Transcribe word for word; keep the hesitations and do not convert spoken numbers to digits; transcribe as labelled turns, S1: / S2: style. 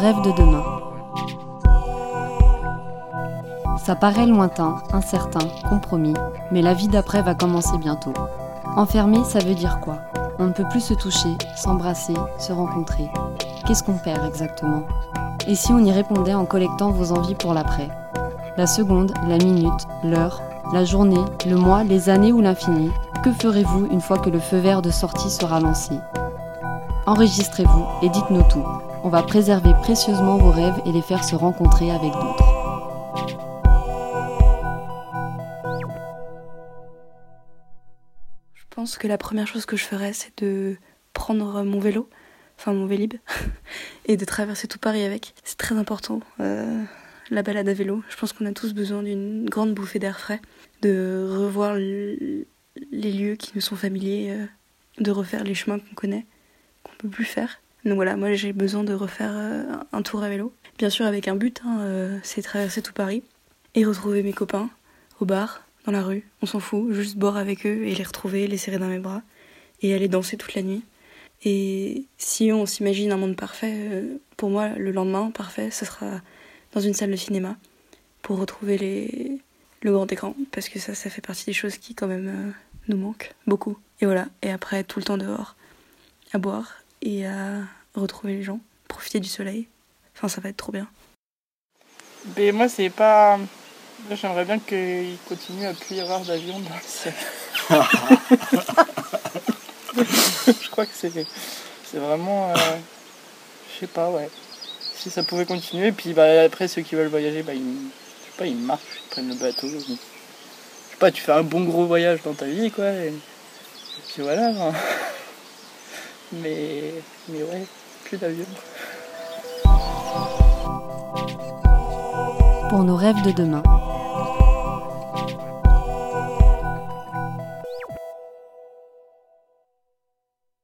S1: rêves de demain. Ça paraît lointain, incertain, compromis, mais la vie d'après va commencer bientôt. Enfermé, ça veut dire quoi ? On ne peut plus se toucher, s'embrasser, se rencontrer. Qu'est-ce qu'on perd exactement ? Et si on y répondait en collectant vos envies pour l'après ? La seconde, la minute, l'heure, la journée, le mois, les années ou l'infini, que ferez-vous une fois que le feu vert de sortie sera lancé ? Enregistrez-vous et dites-nous tout. On va préserver précieusement vos rêves et les faire se rencontrer avec d'autres.
S2: Je pense que la première chose que je ferais, c'est de prendre mon vélo, enfin mon Vélib, et de traverser tout Paris avec. C'est très important, euh, la balade à vélo. Je pense qu'on a tous besoin d'une grande bouffée d'air frais, de revoir l- les lieux qui nous sont familiers, euh, de refaire les chemins qu'on connaît, qu'on peut plus faire. Donc voilà, moi j'ai besoin de refaire euh, un tour à vélo. Bien sûr avec un but, hein, euh, c'est traverser tout Paris et retrouver mes copains au bar, dans la rue, on s'en fout, juste boire avec eux et les retrouver, les serrer dans mes bras et aller danser toute la nuit. Et si on s'imagine un monde parfait, euh, pour moi le lendemain parfait, ce sera dans une salle de cinéma pour retrouver les... le grand écran, parce que ça, ça fait partie des choses qui quand même euh, nous manquent beaucoup. Et voilà, et après tout le temps dehors, à boire et à retrouver les gens, profiter du soleil. Enfin, ça va être trop bien.
S3: Mais moi, c'est pas... Moi, j'aimerais bien qu'il continue à plus y avoir d'avions dans le ciel. Je crois que c'est, c'est vraiment... Euh... Je sais pas, ouais. Si ça pouvait continuer, puis bah, après, ceux qui veulent voyager, bah, ils, je sais pas, ils marchent, ils prennent le bateau. Je sais pas, tu fais un bon gros voyage dans ta vie, quoi. Et, et puis voilà. Hein. Mais... Mais ouais, plus d'avions.
S1: Pour nos rêves de demain.